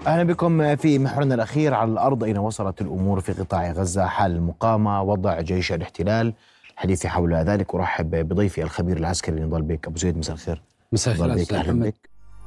أهلا بكم في محورنا الأخير على الأرض. أين وصلت الأمور في قطاع غزة؟ حال المقاومة، وضع جيش الاحتلال. حديثي حول ذلك أرحب بضيفي الخبير العسكري نضال بيك. أبو زيد، مساء الخير. مساء الخير. أهلا بك.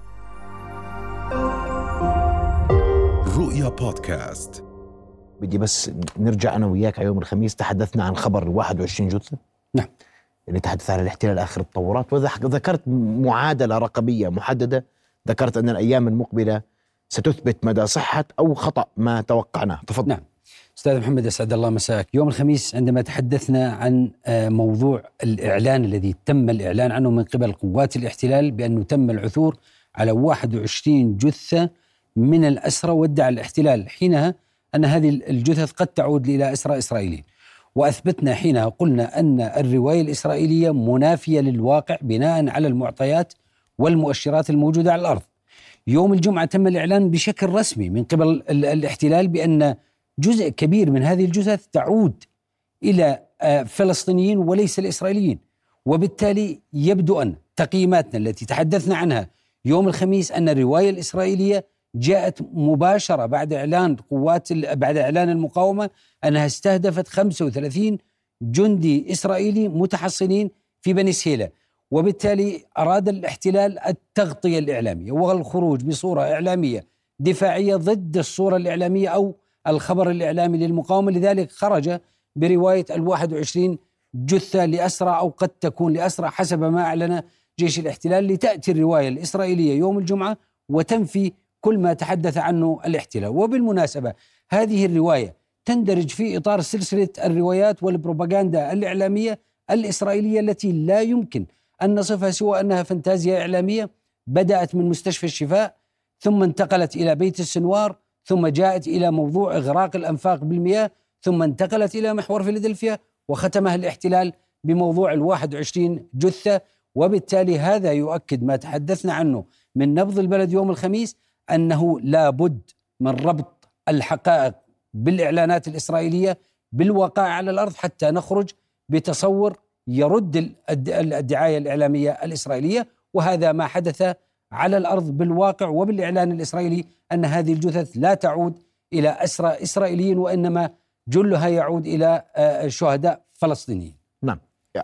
رؤيا بودكاست. بدي بس نرجع أنا وياك على يوم الخميس، تحدثنا عن خبر 21 جثة. نعم. اللي تحدث عن الاحتلال آخر التطورات، وذكرت معادلة رقمية محددة. ذكرت أن الأيام المقبلة ستثبت مدى صحة أو خطأ ما توقعناه. تفضل. نعم أستاذ محمد، أسعد الله مساك. يوم الخميس عندما تحدثنا عن موضوع الإعلان الذي تم الإعلان عنه من قبل قوات الاحتلال بأنه تم العثور على 21 جثة من الأسرى، وادعى الاحتلال حينها أن هذه الجثث قد تعود إلى أسرى إسرائيليين، وأثبتنا حينها قلنا أن الرواية الإسرائيلية منافية للواقع بناء على المعطيات والمؤشرات الموجودة على الأرض. يوم الجمعة تم الإعلان بشكل رسمي من قبل الاحتلال بأن جزء كبير من هذه الجثث تعود إلى فلسطينيين وليس الإسرائيليين، وبالتالي يبدو أن تقييماتنا التي تحدثنا عنها يوم الخميس أن الرواية الإسرائيلية جاءت مباشرة بعد إعلان المقاومة أنها استهدفت 35 جندي إسرائيلي متحصنين في بني سهيلة، وبالتالي أراد الاحتلال التغطية الإعلامية والخروج بصورة إعلامية دفاعية ضد الصورة الإعلامية أو الخبر الإعلامي للمقاومة. لذلك خرج برواية 21 جثة لأسرى أو قد تكون لأسرى حسب ما أعلن جيش الاحتلال، لتأتي الرواية الإسرائيلية يوم الجمعة وتنفي كل ما تحدث عنه الاحتلال. وبالمناسبة هذه الرواية تندرج في إطار سلسلة الروايات والبروباغندا الإعلامية الإسرائيلية التي لا يمكن أن نصفها سوى أنها فانتازيا إعلامية بدأت من مستشفى الشفاء، ثم انتقلت إلى بيت السنوار، ثم جاءت إلى موضوع إغراق الأنفاق بالمياه، ثم انتقلت إلى محور فيلادلفيا، وختمها الاحتلال بموضوع 21 جثة. وبالتالي هذا يؤكد ما تحدثنا عنه من نبض البلد يوم الخميس، أنه لا بد من ربط الحقائق بالإعلانات الإسرائيلية بالواقع على الأرض حتى نخرج بتصور يرد الدعاية الإعلامية الإسرائيلية. وهذا ما حدث على الأرض بالواقع وبالإعلان الإسرائيلي، أن هذه الجثث لا تعود إلى أسرى إسرائيليين وإنما جلها يعود إلى شهداء فلسطينيين. نعم.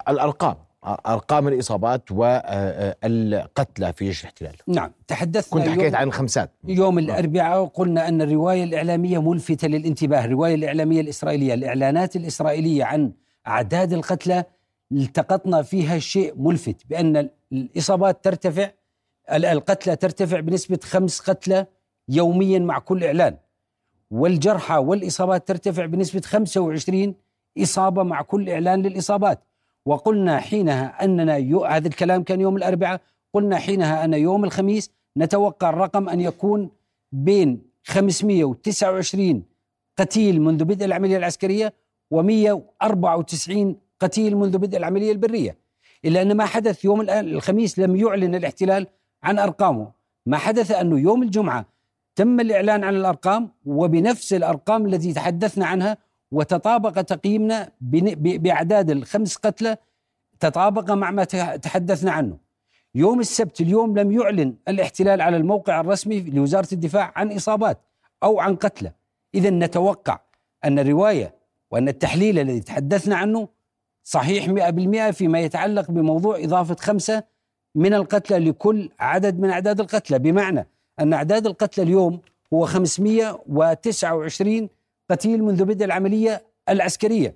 أرقام الإصابات والقتلى في جيش الاحتلال. نعم، تحدثنا. كنت حكيت عن الخمسات يوم الأربعاء، قلنا أن الرواية الإعلامية ملفتة للانتباه. الرواية الإعلامية الإسرائيلية، الإعلانات الإسرائيلية عن أعداد القتلى التقطنا فيها شيء ملفت، بأن الإصابات ترتفع، القتلى ترتفع بنسبة 5 قتلى يوميا مع كل إعلان، والجرحى والإصابات ترتفع بنسبة 25 إصابة مع كل إعلان للإصابات. وقلنا حينها أننا هذا الكلام كان يوم الأربعاء، قلنا حينها أن يوم الخميس نتوقع الرقم أن يكون بين 529 قتيل منذ بدء العملية العسكرية و194 قتيل منذ بدء العملية البرية. إلا أن ما حدث يوم الخميس لم يعلن الاحتلال عن أرقامه. ما حدث أنه يوم الجمعة تم الإعلان عن الأرقام، وبنفس الأرقام التي تحدثنا عنها، وتطابق تقييمنا بأعداد 5 قتلى تطابق مع ما تحدثنا عنه. يوم السبت اليوم لم يعلن الاحتلال على الموقع الرسمي لوزارة الدفاع عن إصابات أو عن قتلى. إذن نتوقع أن الرواية وأن التحليل الذي تحدثنا عنه صحيح 100% فيما يتعلق بموضوع إضافة 5 من القتلى لكل عدد من أعداد القتلى، بمعنى أن أعداد القتلى اليوم هو 529 قتيل منذ بدء العملية العسكرية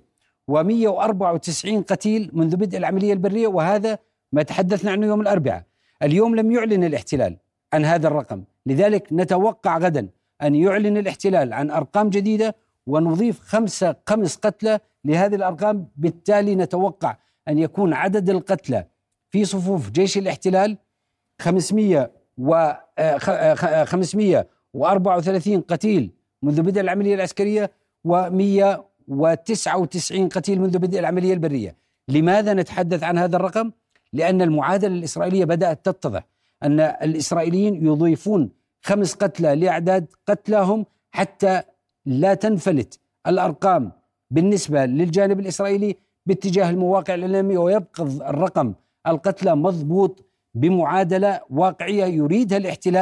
و194 قتيل منذ بدء العملية البرية، وهذا ما تحدثنا عنه يوم الأربعاء. اليوم لم يعلن الاحتلال عن هذا الرقم، لذلك نتوقع غدا أن يعلن الاحتلال عن أرقام جديدة ونضيف 5 قتلى لهذه الأرقام. بالتالي نتوقع أن يكون عدد القتلى في صفوف جيش الاحتلال 534 قتيل منذ بدء العملية العسكرية و199 قتيل منذ بدء العملية البرية. لماذا نتحدث عن هذا الرقم؟ لأن المعادلة الإسرائيلية بدأت تتضح، أن الإسرائيليين يضيفون 5 قتلى لأعداد قتلاهم حتى لا تنفلت الأرقام بالنسبة للجانب الإسرائيلي باتجاه المواقع الإعلامية، ويبقى الرقم القتلى مضبوط بمعادلة واقعية يريدها الاحتلال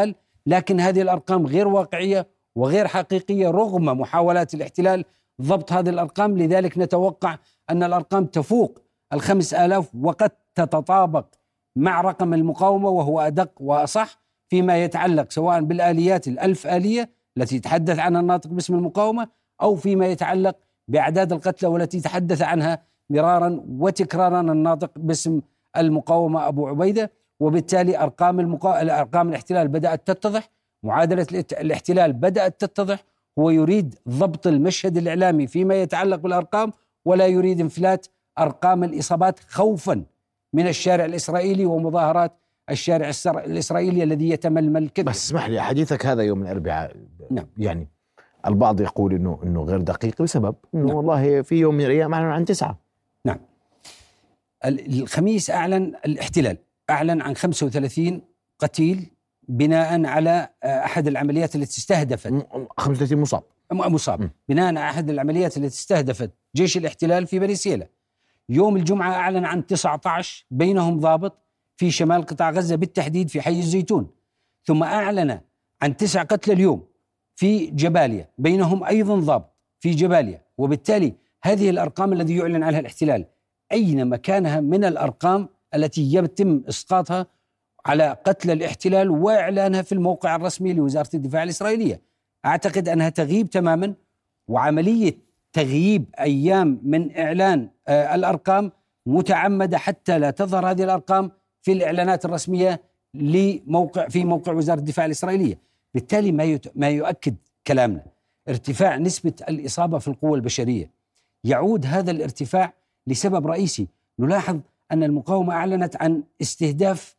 لكن هذه الأرقام غير واقعية وغير حقيقية رغم محاولات الاحتلال ضبط هذه الأرقام. لذلك نتوقع أن الأرقام تفوق 5000 وقد تتطابق مع رقم المقاومة وهو أدق وأصح فيما يتعلق سواء بالآليات 1000 آلية التي تحدث عنها الناطق باسم المقاومة أو فيما يتعلق بأعداد القتلى والتي تحدث عنها مرارا وتكرارا الناطق باسم المقاومة أبو عبيدة. وبالتالي أرقام الاحتلال بدأت تتضح، معادلة الاحتلال بدأت تتضح. هو يريد ضبط المشهد الإعلامي فيما يتعلق بالأرقام ولا يريد انفلات أرقام الإصابات خوفا من الشارع الإسرائيلي ومظاهرات الشارع الإسرائيلي الذي يتململ كذب. بس اسمح لي، حديثك هذا يوم الأربعاء نعم. يعني البعض يقول إنه غير دقيق بسبب إنه نعم. والله في يوم من الأيام أعلن عن 9. نعم. الخميس الاحتلال أعلن عن 35 قتيل بناء على أحد العمليات التي استهدفت 35 مصاب بناء على أحد العمليات التي استهدفت جيش الاحتلال في بني سيلة. يوم الجمعة أعلن عن 19 بينهم ضابط في شمال قطاع غزة بالتحديد في حي الزيتون، ثم أعلن عن 9 قتلى اليوم في جباليا بينهم أيضا ضابط في جباليا. وبالتالي هذه الأرقام التي يعلن عنها الاحتلال أين مكانها من الأرقام التي يتم إسقاطها على قتل الاحتلال وإعلانها في الموقع الرسمي لوزارة الدفاع الإسرائيلية؟ أعتقد أنها تغيب تماما، وعملية تغييب أيام من إعلان الأرقام متعمدة حتى لا تظهر هذه الأرقام في الإعلانات الرسمية في موقع وزارة الدفاع الإسرائيلية. بالتالي ما يؤكد كلامنا ارتفاع نسبة الإصابة في القوة البشرية. يعود هذا الارتفاع لسبب رئيسي. نلاحظ أن المقاومة أعلنت عن استهداف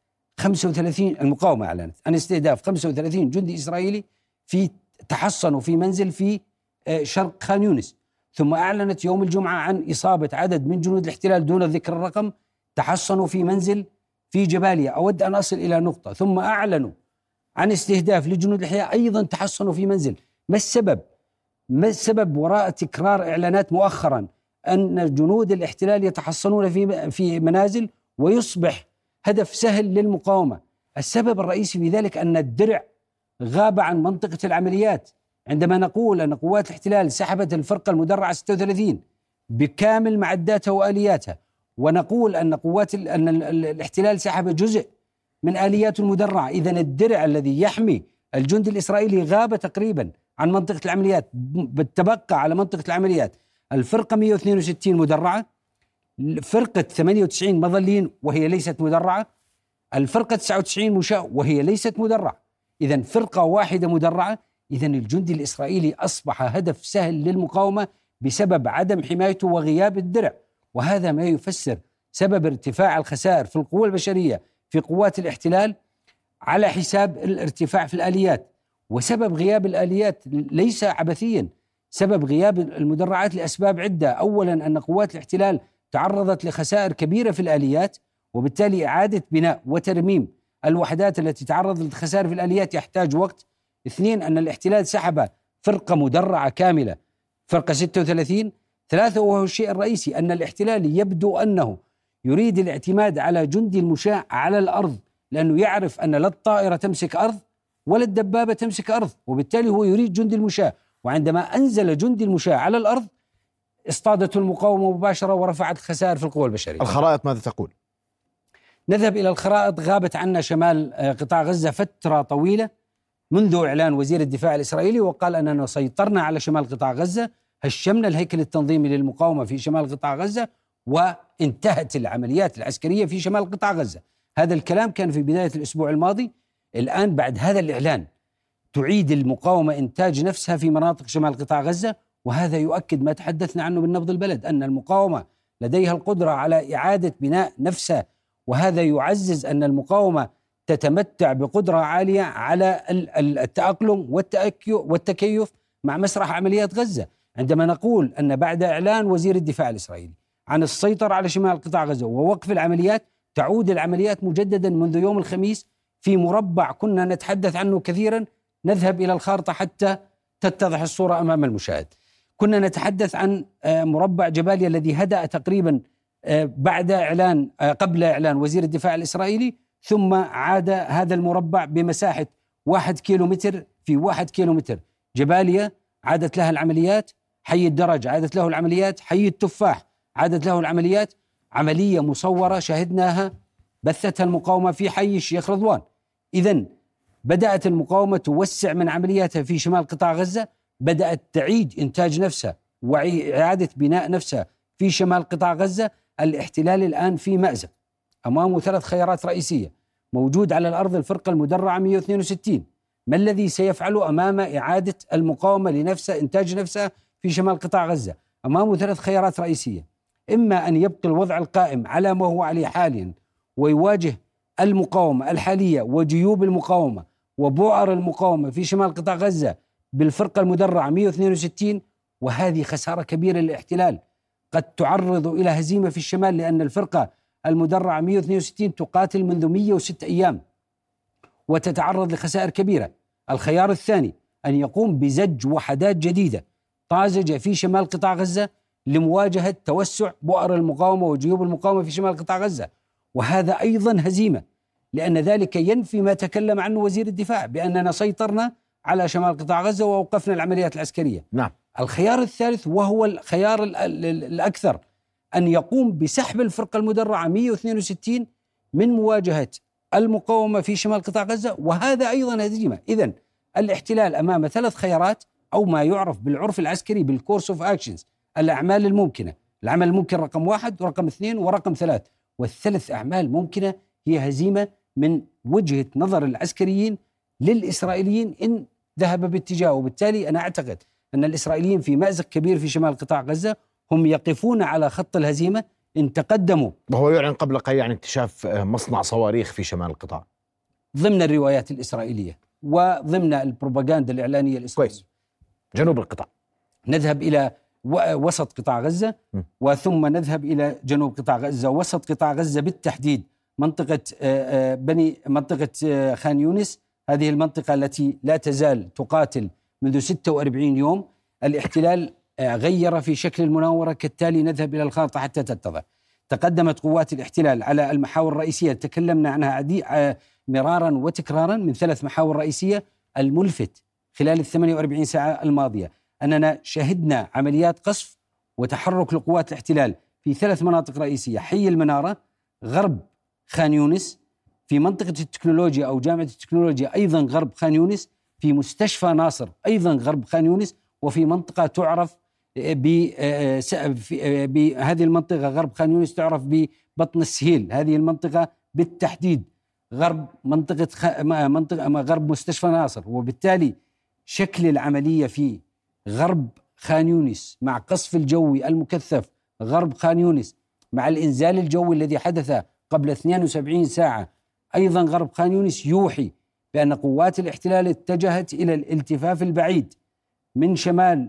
35 جندي إسرائيلي تحصنوا في منزل في شرق خان يونس، ثم أعلنت يوم الجمعة عن إصابة عدد من جنود الاحتلال دون ذكر الرقم تحصنوا في منزل في جباليا. أود أن أصل إلى نقطة، ثم أعلنوا عن استهداف لجنود الاحتلال أيضا تحصنوا في منزل. ما السبب وراء تكرار إعلانات مؤخرا أن جنود الاحتلال يتحصنون في منازل ويصبح هدف سهل للمقاومة؟ السبب الرئيسي في ذلك أن الدرع غاب عن منطقة العمليات. عندما نقول أن قوات الاحتلال سحبت الفرقة المدرعة 36 بكامل معداتها وآلياتها، ونقول أن الاحتلال سحب جزء من آليات المدرعة، إذن الدرع الذي يحمي الجندي الإسرائيلي غاب تقريبا عن منطقة العمليات. تبقى على منطقة العمليات الفرقة 162 مدرعة، فرقة 98 مظلين وهي ليست مدرعة، الفرقة 99 مشاة وهي ليست مدرعة، إذن فرقة واحدة مدرعة. إذن الجندي الإسرائيلي أصبح هدف سهل للمقاومة بسبب عدم حمايته وغياب الدرع، وهذا ما يفسر سبب ارتفاع الخسائر في القوة البشرية في قوات الاحتلال على حساب الارتفاع في الآليات. وسبب غياب الآليات ليس عبثيا، سبب غياب المدرعات لأسباب عدة. أولا أن قوات الاحتلال تعرضت لخسائر كبيرة في الآليات، وبالتالي إعادة بناء وترميم الوحدات التي تعرضت للخسائر في الآليات يحتاج وقت. اثنين أن الاحتلال سحب فرقة مدرعة كاملة، فرقة 36. ثلاثة وهو الشيء الرئيسي أن الاحتلال يبدو أنه يريد الاعتماد على جندي المشاة على الأرض، لأنه يعرف أن لا الطائرة تمسك أرض ولا الدبابة تمسك أرض، وبالتالي هو يريد جندي المشاة. وعندما أنزل جندي المشاة على الأرض اصطادته المقاومة مباشرة ورفعت الخسائر في القوى البشرية. الخرائط ماذا تقول؟ نذهب إلى الخرائط. غابت عنا شمال قطاع غزة فترة طويلة منذ إعلان وزير الدفاع الإسرائيلي وقال أننا سيطرنا على شمال قطاع غزة، هشمنا الهيكل التنظيمي للمقاومة في شمال قطاع غزة وانتهت العمليات العسكرية في شمال قطاع غزة. هذا الكلام كان في بداية الأسبوع الماضي. الآن بعد هذا الإعلان تعيد المقاومة إنتاج نفسها في مناطق شمال قطاع غزة، وهذا يؤكد ما تحدثنا عنه من نبض البلد، أن المقاومة لديها القدرة على إعادة بناء نفسها، وهذا يعزز أن المقاومة تتمتع بقدرة عالية على التأقلم والتكيف مع مسرح عمليات غزة. عندما نقول أن بعد إعلان وزير الدفاع الإسرائيلي عن السيطرة على شمال قطاع غزة ووقف العمليات، تعود العمليات مجددا منذ يوم الخميس في مربع كنا نتحدث عنه كثيرا. نذهب إلى الخارطة حتى تتضح الصورة أمام المشاهد. كنا نتحدث عن مربع جباليا الذي هدأ تقريبا قبل إعلان وزير الدفاع الإسرائيلي، ثم عاد هذا المربع بمساحة 1 كيلومتر في 1 كيلومتر. جباليا عادت لها العمليات، حي الدرج عادت له العمليات، حي التفاح عادت له العمليات. عملية مصورة شاهدناها بثتها المقاومة في حي الشيخ رضوان. إذن بدأت المقاومة توسع من عملياتها في شمال قطاع غزة، بدأت تعيد إنتاج نفسها وإعادة بناء نفسها في شمال قطاع غزة. الاحتلال الآن في مأزق، أمامه 3 خيارات رئيسية. موجود على الأرض الفرقة المدرعة 162، ما الذي سيفعله أمام إعادة المقاومة لنفسها إنتاج نفسها في شمال قطاع غزة؟ أمامه 3 خيارات رئيسية: إما أن يبقى الوضع القائم على ما هو عليه حاليا ويواجه المقاومة الحالية وجيوب المقاومة وبؤر المقاومة في شمال قطاع غزة بالفرقة المدرعة 162، وهذه خسارة كبيرة للاحتلال، قد تعرض إلى هزيمة في الشمال، لأن الفرقة المدرعة 162 تقاتل منذ 106 أيام وتتعرض لخسائر كبيرة. الخيار الثاني أن يقوم بزج وحدات جديدة طازجة في شمال قطاع غزة لمواجهة توسع بؤر المقاومة وجيوب المقاومة في شمال قطاع غزة، وهذا أيضا هزيمة، لأن ذلك ينفي ما تكلم عنه وزير الدفاع بأننا سيطرنا على شمال قطاع غزة ووقفنا العمليات العسكرية. نعم. الخيار الثالث وهو الخيار الأكثر، أن يقوم بسحب الفرقة المدرعة 162 من مواجهة المقاومة في شمال قطاع غزة، وهذا أيضا هزيمة. إذن الاحتلال أمام 3 خيارات، أو ما يعرف بالعرف العسكري بالكورس اوف اكشنز، الأعمال الممكنة. العمل الممكن رقم 1 ورقم 2 ورقم 3، والثلاث أعمال ممكنة هي هزيمة من وجهة نظر العسكريين للإسرائيليين إن ذهب باتجاهه. وبالتالي أنا أعتقد أن الإسرائيليين في مأزق كبير في شمال قطاع غزة، هم يقفون على خط الهزيمة إن تقدموا. وهو يعلن قبل قليل عن اكتشاف مصنع صواريخ في شمال القطاع ضمن الروايات الإسرائيلية وضمن البروباغندا الإعلانية الإسرائيلية. كويس. جنوب القطاع، نذهب إلى وسط قطاع غزة وثم نذهب إلى جنوب قطاع غزة. وسط قطاع غزة بالتحديد منطقة خان يونس، هذه المنطقة التي لا تزال تقاتل منذ 46 يوم. الاحتلال غير في شكل المناورة كالتالي، نذهب إلى الخارطة حتى تتضح. تقدمت قوات الاحتلال على المحاور الرئيسية، تكلمنا عنها مرارا وتكرارا، من 3 محاور رئيسية. الملفت خلال 48 ساعة الماضية أننا شهدنا عمليات قصف وتحرك لقوات الاحتلال في 3 مناطق رئيسية: حي المنارة، غرب خان يونس، في منطقة التكنولوجيا أو جامعة التكنولوجيا أيضا غرب خان يونس، في مستشفى ناصر أيضا غرب خان يونس، وفي منطقة تعرف بهذه المنطقة غرب خان يونس تعرف ببطن السهيل. هذه المنطقة بالتحديد غرب منطقة غرب مستشفى ناصر. وبالتالي شكل العملية في غرب خان يونس مع قصف الجوي المكثف غرب خان يونس مع الإنزال الجوي الذي حدث قبل 72 ساعة أيضا غرب خان يونس يوحي بأن قوات الاحتلال اتجهت إلى الالتفاف البعيد من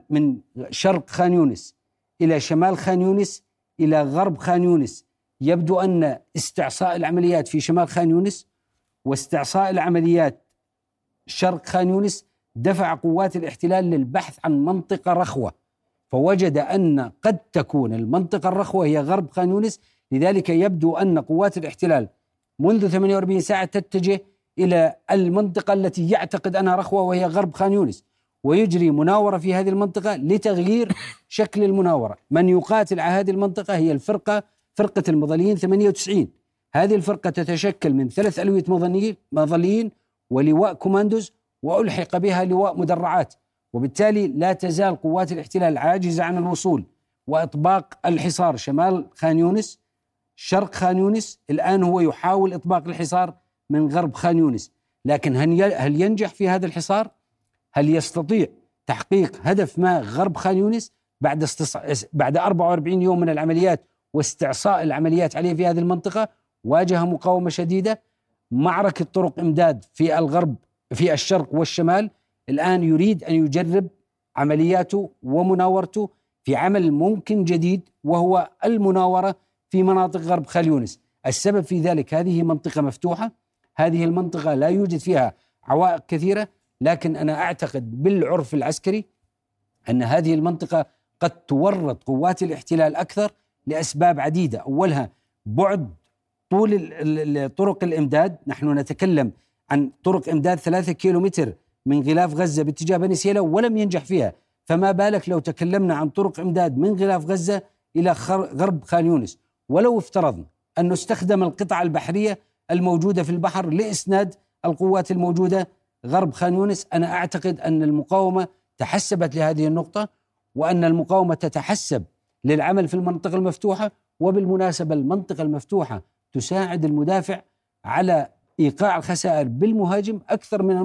شرق خان يونس إلى شمال خان يونس إلى غرب خان يونس. يبدو أن استعصاء العمليات في شمال خان يونس واستعصاء العمليات شرق خان يونس دفع قوات الاحتلال للبحث عن منطقة رخوة، فوجد أن قد تكون المنطقة الرخوة هي غرب خان يونس. لذلك يبدو أن قوات الاحتلال منذ 48 ساعة تتجه إلى المنطقة التي يعتقد أنها رخوة وهي غرب خان يونس، ويجري مناورة في هذه المنطقة لتغيير شكل المناورة. من يقاتل على هذه المنطقة هي فرقة المظليين 98. هذه الفرقة تتشكل من 3 ألوية مظليين ولواء كوماندوز وألحق بها لواء مدرعات. وبالتالي لا تزال قوات الاحتلال عاجزة عن الوصول وإطباق الحصار شمال خان يونس شرق خان يونس. الآن هو يحاول إطباق الحصار من غرب خان يونس، لكن هل ينجح في هذا الحصار؟ هل يستطيع تحقيق هدف ما غرب خان يونس بعد 44 يوم من العمليات واستعصاء العمليات عليه في هذه المنطقة؟ واجه مقاومة شديدة، معركة طرق إمداد في الغرب في الشرق والشمال. الآن يريد أن يجرب عملياته ومناورته في عمل ممكن جديد، وهو المناورة في مناطق غرب خان يونس. السبب في ذلك هذه منطقة مفتوحة، هذه المنطقة لا يوجد فيها عوائق كثيرة، لكن أنا أعتقد بالعرف العسكري أن هذه المنطقة قد تورط قوات الاحتلال أكثر لأسباب عديدة. أولها بعد طول طرق الإمداد. نحن نتكلم عن طرق إمداد 3 كيلومتر من غلاف غزة باتجاه بني سيلة ولم ينجح فيها، فما بالك لو تكلمنا عن طرق إمداد من غلاف غزة إلى غرب خان يونس. ولو افترضنا أنه استخدم القطع البحرية الموجودة في البحر لإسناد القوات الموجودة غرب خان يونس، أنا أعتقد أن المقاومة تحسبت لهذه النقطة، وأن المقاومة تتحسب للعمل في المنطقة المفتوحة. وبالمناسبة المنطقة المفتوحة تساعد المدافع على إيقاع الخسائر بالمهاجم أكثر من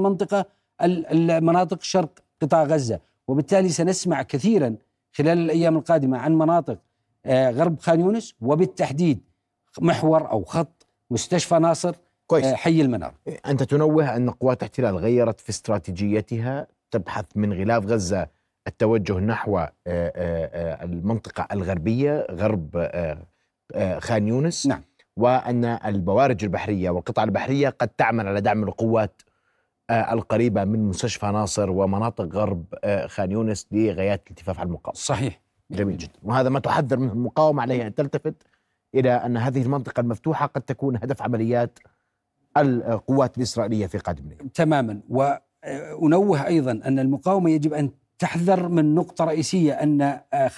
المناطق شرق قطاع غزة. وبالتالي سنسمع كثيرا خلال الأيام القادمة عن مناطق غرب خان يونس، وبالتحديد محور أو خط مستشفى ناصر، حي المنار. أنت تنوه أن قوات الاحتلال غيرت في استراتيجيتها، تبحث من غلاف غزة التوجه نحو المنطقة الغربية غرب خان يونس. نعم. وأن البوارج البحرية والقطع البحرية قد تعمل على دعم القوات القريبة من مستشفى ناصر ومناطق غرب خان يونس لغايات الالتفاف على المقاومة. صحيح. جميل جدا. وهذا ما تحذر منه المقاومة، عليها أن تلتفت إلى أن هذه المنطقة المفتوحة قد تكون هدف عمليات القوات الإسرائيلية في قادم الأيام. تماما. وأنوه أيضا أن المقاومة يجب أن تحذر من نقطة رئيسية، أن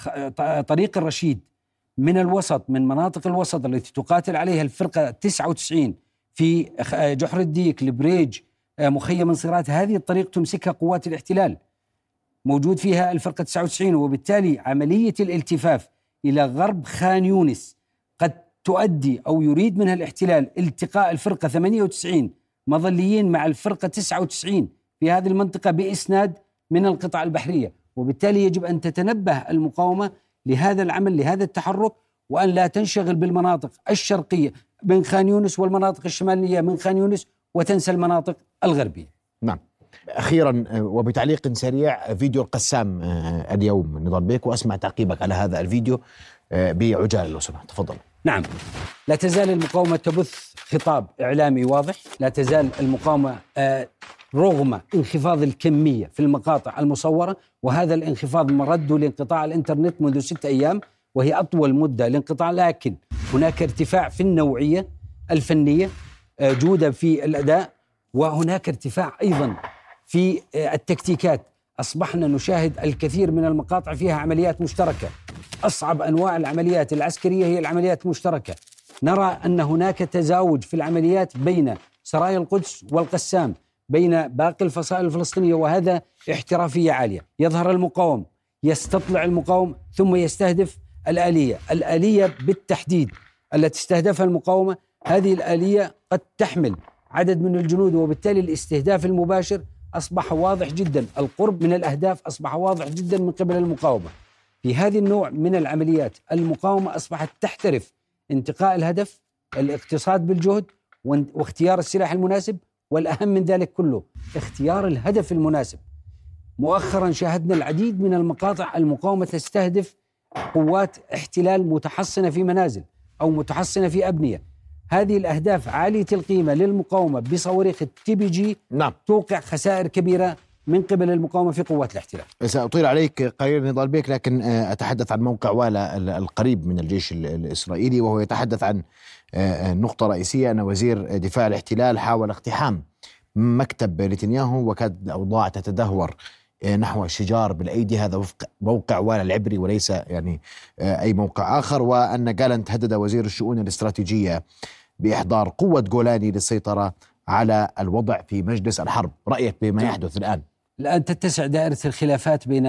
طريق الرشيد من الوسط، من مناطق الوسط التي تقاتل عليها الفرقة 99 في جحر الديك، البريج، مخيم انصيرات، هذه الطريق تمسكها قوات الاحتلال، موجود فيها الفرقة 99. وبالتالي عملية الالتفاف إلى غرب خان يونس قد تؤدي أو يريد منها الاحتلال التقاء الفرقة 98 مظليين مع الفرقة 99 في هذه المنطقة بإسناد من القطع البحرية. وبالتالي يجب أن تتنبه المقاومة لهذا العمل، لهذا التحرك، وأن لا تنشغل بالمناطق الشرقية من خان يونس والمناطق الشمالية من خان يونس وتنسى المناطق الغربية. نعم. أخيرا وبتعليق سريع، فيديو القسام اليوم نضال بيك، وأسمع تعقيبك على هذا الفيديو بعجالة لو سمحت. تفضل. نعم. لا تزال المقاومة تبث خطاب إعلامي واضح، لا تزال المقاومة رغم انخفاض الكمية في المقاطع المصورة، وهذا الانخفاض مرد لانقطاع الإنترنت منذ 6 أيام وهي أطول مدة لانقطاع، لكن هناك ارتفاع في النوعية الفنية، جودة في الأداء، وهناك ارتفاع أيضا في التكتيكات. أصبحنا نشاهد الكثير من المقاطع فيها عمليات مشتركة. أصعب أنواع العمليات العسكرية هي العمليات المشتركة. نرى أن هناك تزاوج في العمليات بين سرايا القدس والقسام، بين باقي الفصائل الفلسطينية، وهذا احترافية عالية. يظهر المقاوم، يستطلع المقاوم، ثم يستهدف الآلية بالتحديد التي استهدفها المقاومة. هذه الآلية قد تحمل عدد من الجنود، وبالتالي الاستهداف المباشر أصبح واضح جدا، القرب من الأهداف أصبح واضح جدا من قبل المقاومة. في هذه النوع من العمليات المقاومة أصبحت تحترف انتقاء الهدف، الاقتصاد بالجهد، واختيار السلاح المناسب، والأهم من ذلك كله اختيار الهدف المناسب. مؤخرا شاهدنا العديد من المقاطع المقاومة تستهدف قوات احتلال متحصنة في منازل أو متحصنة في أبنية. هذه الأهداف عالية القيمة للمقاومة بصواريخ الTPG. نعم. توقع خسائر كبيرة من قبل المقاومة في قوات الاحتلال. سأطيل عليك قليلا نضال بيك، لكن أتحدث عن موقع والا القريب من الجيش الإسرائيلي، وهو يتحدث عن نقطة رئيسية، أن وزير دفاع الاحتلال حاول اقتحام مكتب نتنياهو وكانت الأوضاع تتدهور نحو الشجار بالأيدي. هذا وفق موقع والا العبري وليس يعني أي موقع آخر. وأن جالنت هدد وزير الشؤون الاستراتيجية بإحضار قوة جولاني للسيطرة على الوضع في مجلس الحرب. رأيك بما يحدث الآن تتسع دائرة الخلافات بين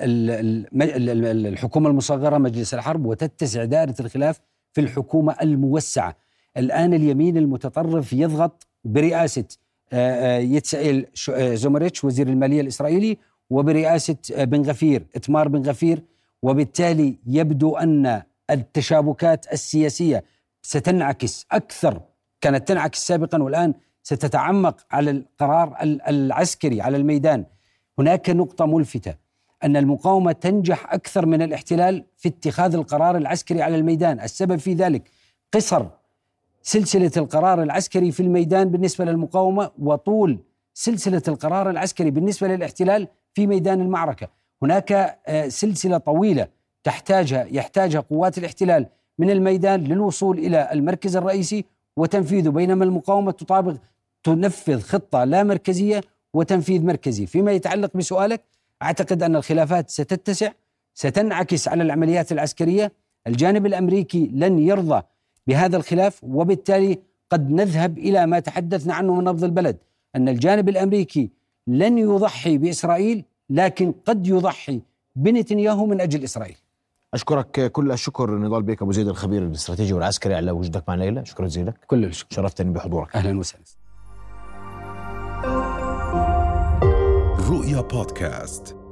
الحكومة المصغرة مجلس الحرب، وتتسع دائرة الخلاف في الحكومة الموسعة. الآن اليمين المتطرف يضغط برئاسة يتسائل زومريتش وزير المالية الإسرائيلي، وبرئاسة إتمار بن غفير، وبالتالي يبدو أن التشابكات السياسية ستنعكس أكثر، كانت تنعكس سابقا والآن ستتعمق على القرار العسكري على الميدان. هناك نقطة ملفتة، أن المقاومة تنجح أكثر من الاحتلال في اتخاذ القرار العسكري على الميدان. السبب في ذلك قصر سلسلة القرار العسكري في الميدان بالنسبة للمقاومة، وطول سلسلة القرار العسكري بالنسبة للاحتلال في ميدان المعركة. هناك سلسلة طويلة يحتاجها قوات الاحتلال من الميدان للوصول إلى المركز الرئيسي وتنفيذه، بينما المقاومة تطابق تنفذ خطة لا مركزية وتنفيذ مركزي. فيما يتعلق بسؤالك، أعتقد أن الخلافات ستتسع، ستنعكس على العمليات العسكرية. الجانب الأمريكي لن يرضى بهذا الخلاف، وبالتالي قد نذهب إلى ما تحدثنا عنه من نبض البلد، أن الجانب الأمريكي لن يضحي بإسرائيل، لكن قد يضحي بنتنياهو من أجل إسرائيل. أشكرك كل الشكر نضال بيك أبو زيد، الخبير الاستراتيجي والعسكري، على وجودك معنا ليلة. شكرا جزيلا. كل الشكر. شرفتني بحضورك. أهلا وسهلا. رؤيا بودكاست.